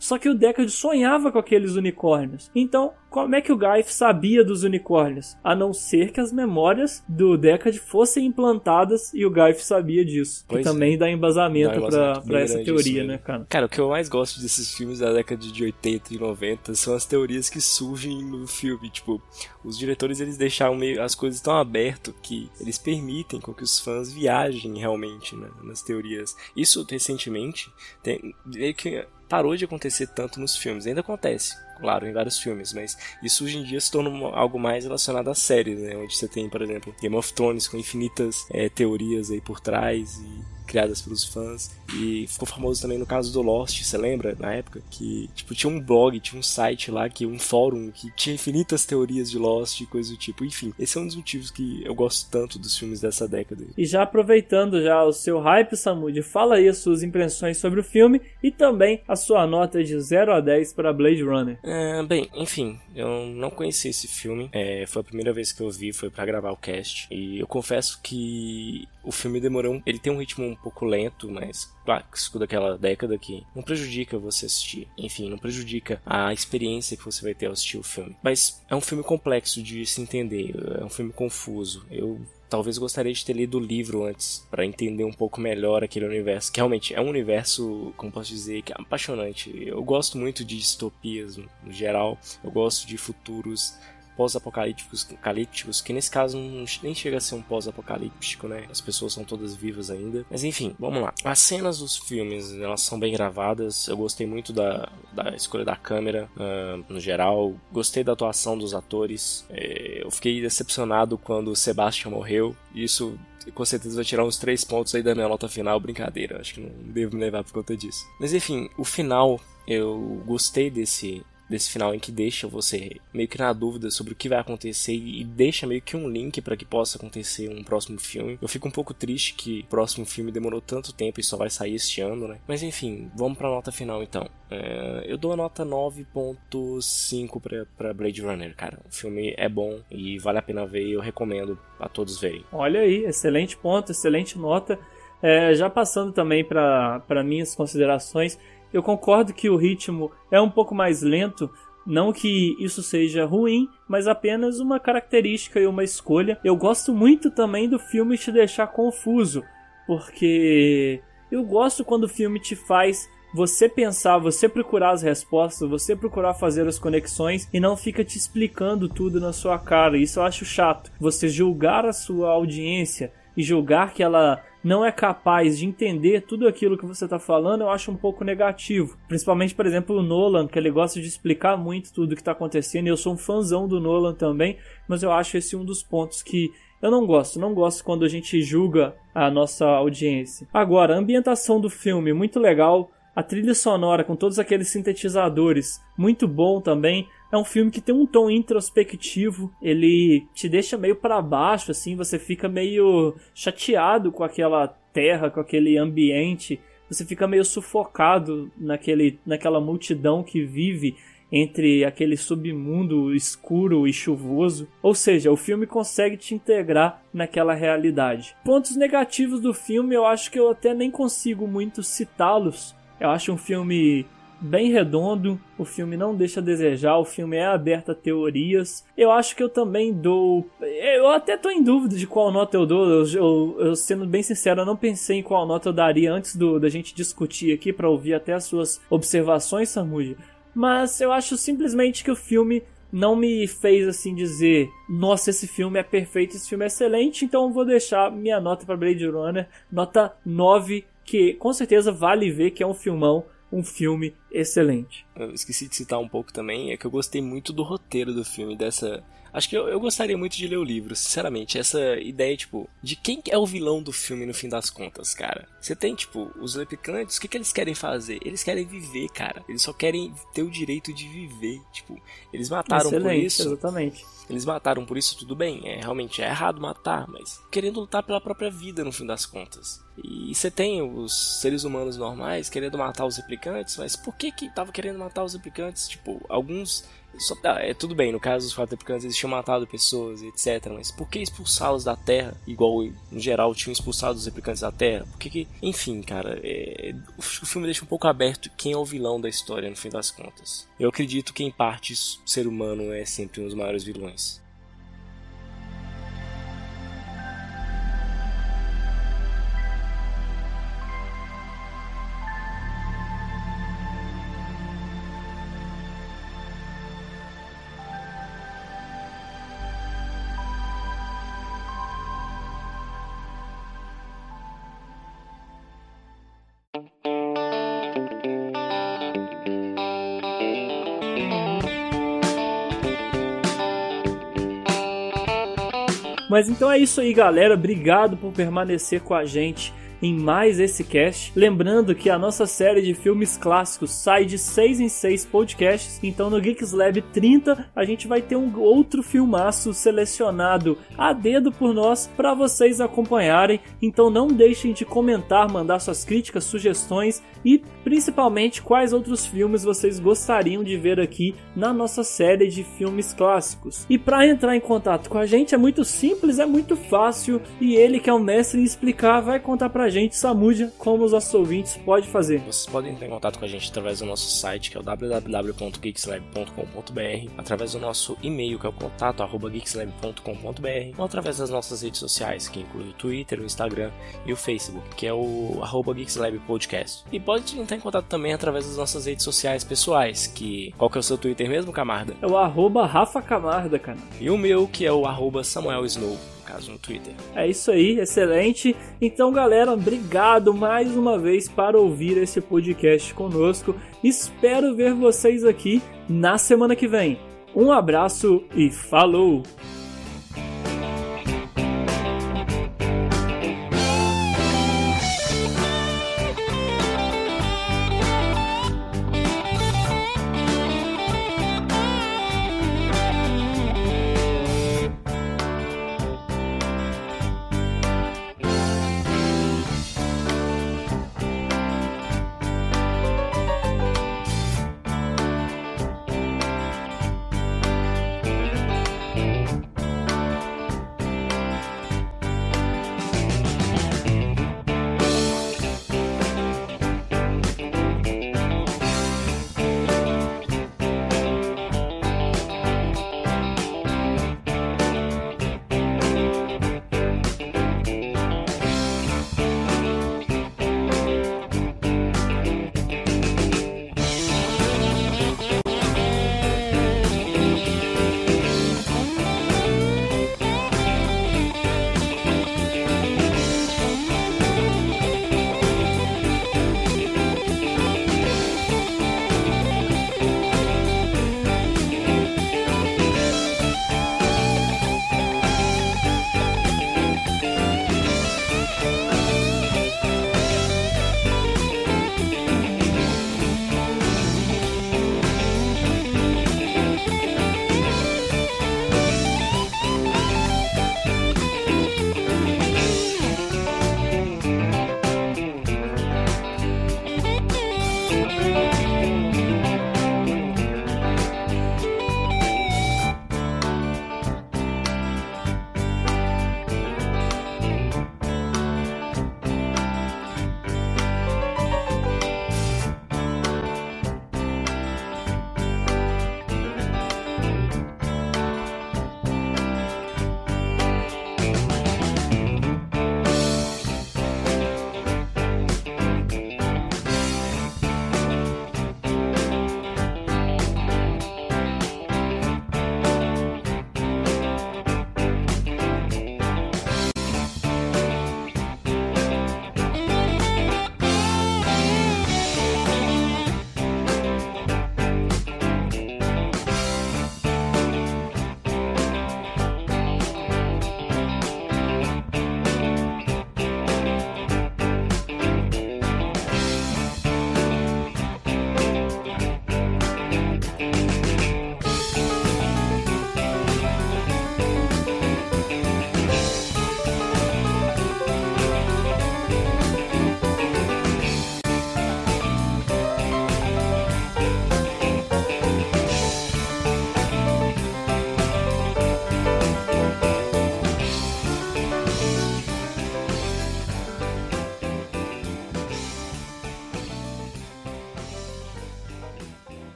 Só que o Deckard sonhava com aqueles unicórnios. Então, como é que o Garth sabia dos unicórnios? A não ser que as memórias do Deckard fossem implantadas e o Garth sabia disso.
Pois
que também
é.
dá embasamento,
Dá um embasamento
pra, pra essa teoria,
isso,
né, cara?
Cara, o que eu mais gosto desses filmes da década de oitenta e noventa são as teorias que surgem no filme. Tipo, os diretores, eles deixaram meio, as coisas tão abertas que eles permitem com que os fãs viajem realmente, né, nas teorias. Isso, recentemente, tem, é que parou de acontecer tanto nos filmes. Ainda acontece, claro, em vários filmes, mas isso hoje em dia se torna algo mais relacionado às séries, né? Onde você tem, por exemplo, Game of Thrones com infinitas é, teorias aí por trás e criadas pelos fãs. E ficou famoso também no caso do Lost, você lembra? Na época, que tipo, tinha um blog, tinha um site lá, que um fórum que tinha infinitas teorias de Lost e coisa do tipo. Enfim, esse é um dos motivos que eu gosto tanto dos filmes dessa década.
E já aproveitando já o seu hype, Samud, fala aí as suas impressões sobre o filme e também a sua nota de zero a dez para Blade Runner.
É, bem, enfim, eu não conheci esse filme, é, foi a primeira vez que eu vi, foi pra gravar o cast, e eu confesso que o filme demorou, um, ele tem um ritmo um pouco lento, mas clássico daquela década que não prejudica você assistir, enfim, não prejudica a experiência que você vai ter ao assistir o filme, mas é um filme complexo de se entender, é um filme confuso. Eu talvez gostaria de ter lido o livro antes, para entender um pouco melhor aquele universo, que realmente é um universo, como posso dizer, que é apaixonante. Eu gosto muito de distopias no, no geral, eu gosto de futuros pós-apocalípticos, apocalípticos, que nesse caso não, nem chega a ser um pós-apocalíptico, né? As pessoas são todas vivas ainda. Mas enfim, vamos lá. As cenas dos filmes, elas são bem gravadas. Eu gostei muito da, da escolha da câmera, uh, no geral. Gostei da atuação dos atores. É, eu fiquei decepcionado quando o Sebastian morreu. Isso com certeza vai tirar uns três pontos aí da minha nota final. Brincadeira, acho que não devo me levar por conta disso. Mas enfim, o final, eu gostei desse... desse final em que deixa você meio que na dúvida sobre o que vai acontecer e deixa meio que um link para que possa acontecer um próximo filme. Eu fico um pouco triste que o próximo filme demorou tanto tempo e só vai sair este ano, né? Mas enfim, vamos pra nota final então. É, eu dou a nota nove ponto cinco pra, pra Blade Runner, cara. O filme é bom e vale a pena ver e eu recomendo a todos verem.
Olha aí, excelente ponto, excelente nota. É, já passando também para minhas considerações, eu concordo que o ritmo é um pouco mais lento, não que isso seja ruim, mas apenas uma característica e uma escolha. Eu gosto muito também do filme te deixar confuso, porque eu gosto quando o filme te faz você pensar, você procurar as respostas, você procurar fazer as conexões e não fica te explicando tudo na sua cara. Isso eu acho chato. Você julgar a sua audiência e julgar que ela não é capaz de entender tudo aquilo que você está falando, eu acho um pouco negativo. Principalmente, por exemplo, o Nolan, que ele gosta de explicar muito tudo o que está acontecendo, e eu sou um fãzão do Nolan também, mas eu acho esse um dos pontos que eu não gosto. Não gosto quando a gente julga a nossa audiência. Agora, a ambientação do filme, muito legal. A trilha sonora com todos aqueles sintetizadores, muito bom também. É um filme que tem um tom introspectivo, ele te deixa meio para baixo, assim, você fica meio chateado com aquela terra, com aquele ambiente, você fica meio sufocado naquele, naquela multidão que vive entre aquele submundo escuro e chuvoso. Ou seja, o filme consegue te integrar naquela realidade. Pontos negativos do filme, eu acho que eu até nem consigo muito citá-los. Eu acho um filme bem redondo, o filme não deixa a desejar, o filme é aberto a teorias. Eu acho que eu também dou... Eu até tô em dúvida de qual nota eu dou, eu, eu, eu sendo bem sincero, eu não pensei em qual nota eu daria antes do, da gente discutir aqui, pra ouvir até as suas observações, Samudio. Mas eu acho simplesmente que o filme não me fez assim dizer, nossa, esse filme é perfeito, esse filme é excelente, então eu vou deixar minha nota pra Blade Runner, nota nove, que com certeza vale ver que é um filmão, um filme excelente.
Eu esqueci de citar um pouco também, é que eu gostei muito do roteiro do filme, dessa... Acho que eu, eu gostaria muito de ler o livro, sinceramente. Essa ideia, tipo, de quem é o vilão do filme no fim das contas, cara. Você tem, tipo, os replicantes, o que, que eles querem fazer? Eles querem viver, cara. Eles só querem ter o direito de viver. Tipo, eles mataram
excelente,
por isso.
Exatamente.
Eles mataram por isso, tudo bem. É, realmente é errado matar, mas querendo lutar pela própria vida no fim das contas. E você tem os seres humanos normais querendo matar os replicantes, mas por que que tava querendo matar os replicantes? Tipo, alguns... Só, é, tudo bem, no caso dos quatro replicantes eles tinham matado pessoas, etcétera. Mas por que expulsá-los da Terra? Igual, no geral, tinham expulsado os replicantes da Terra? Por que que... Enfim, cara, é... o filme deixa um pouco aberto quem é o vilão da história, no fim das contas. Eu acredito que, em parte, o ser humano é sempre um dos maiores vilões.
Mas então é isso aí, galera. Obrigado por permanecer com a gente em mais esse cast. Lembrando que a nossa série de filmes clássicos sai de seis em seis podcasts. Então no Geeks Lab trinta a gente vai ter um outro filmaço selecionado a dedo por nós para vocês acompanharem. Então não deixem de comentar, mandar suas críticas, sugestões e principalmente quais outros filmes vocês gostariam de ver aqui na nossa série de filmes clássicos. E para entrar em contato com a gente é muito simples, é muito fácil, e ele, que é o mestre em explicar, vai contar pra gente, Samudia, como os nossos ouvintes podem fazer.
Vocês podem entrar em contato com a gente através do nosso site, que é o w w w ponto geekslab ponto com ponto b r, através do nosso e-mail, que é o contato arroba geekslab ponto com ponto b r, ou através das nossas redes sociais, que inclui o Twitter, o Instagram e o Facebook, que é o arroba geekslab podcast. E pode entrar em contato também através das nossas redes sociais pessoais, que... Qual que é o seu Twitter mesmo, Camarda?
É o arroba Rafa Camarda, cara.
E o meu, que é o arroba Samuel Snow, no caso, no Twitter.
É isso aí, excelente. Então, galera, obrigado mais uma vez para ouvir esse podcast conosco. Espero ver vocês aqui na semana que vem. Um abraço e falou!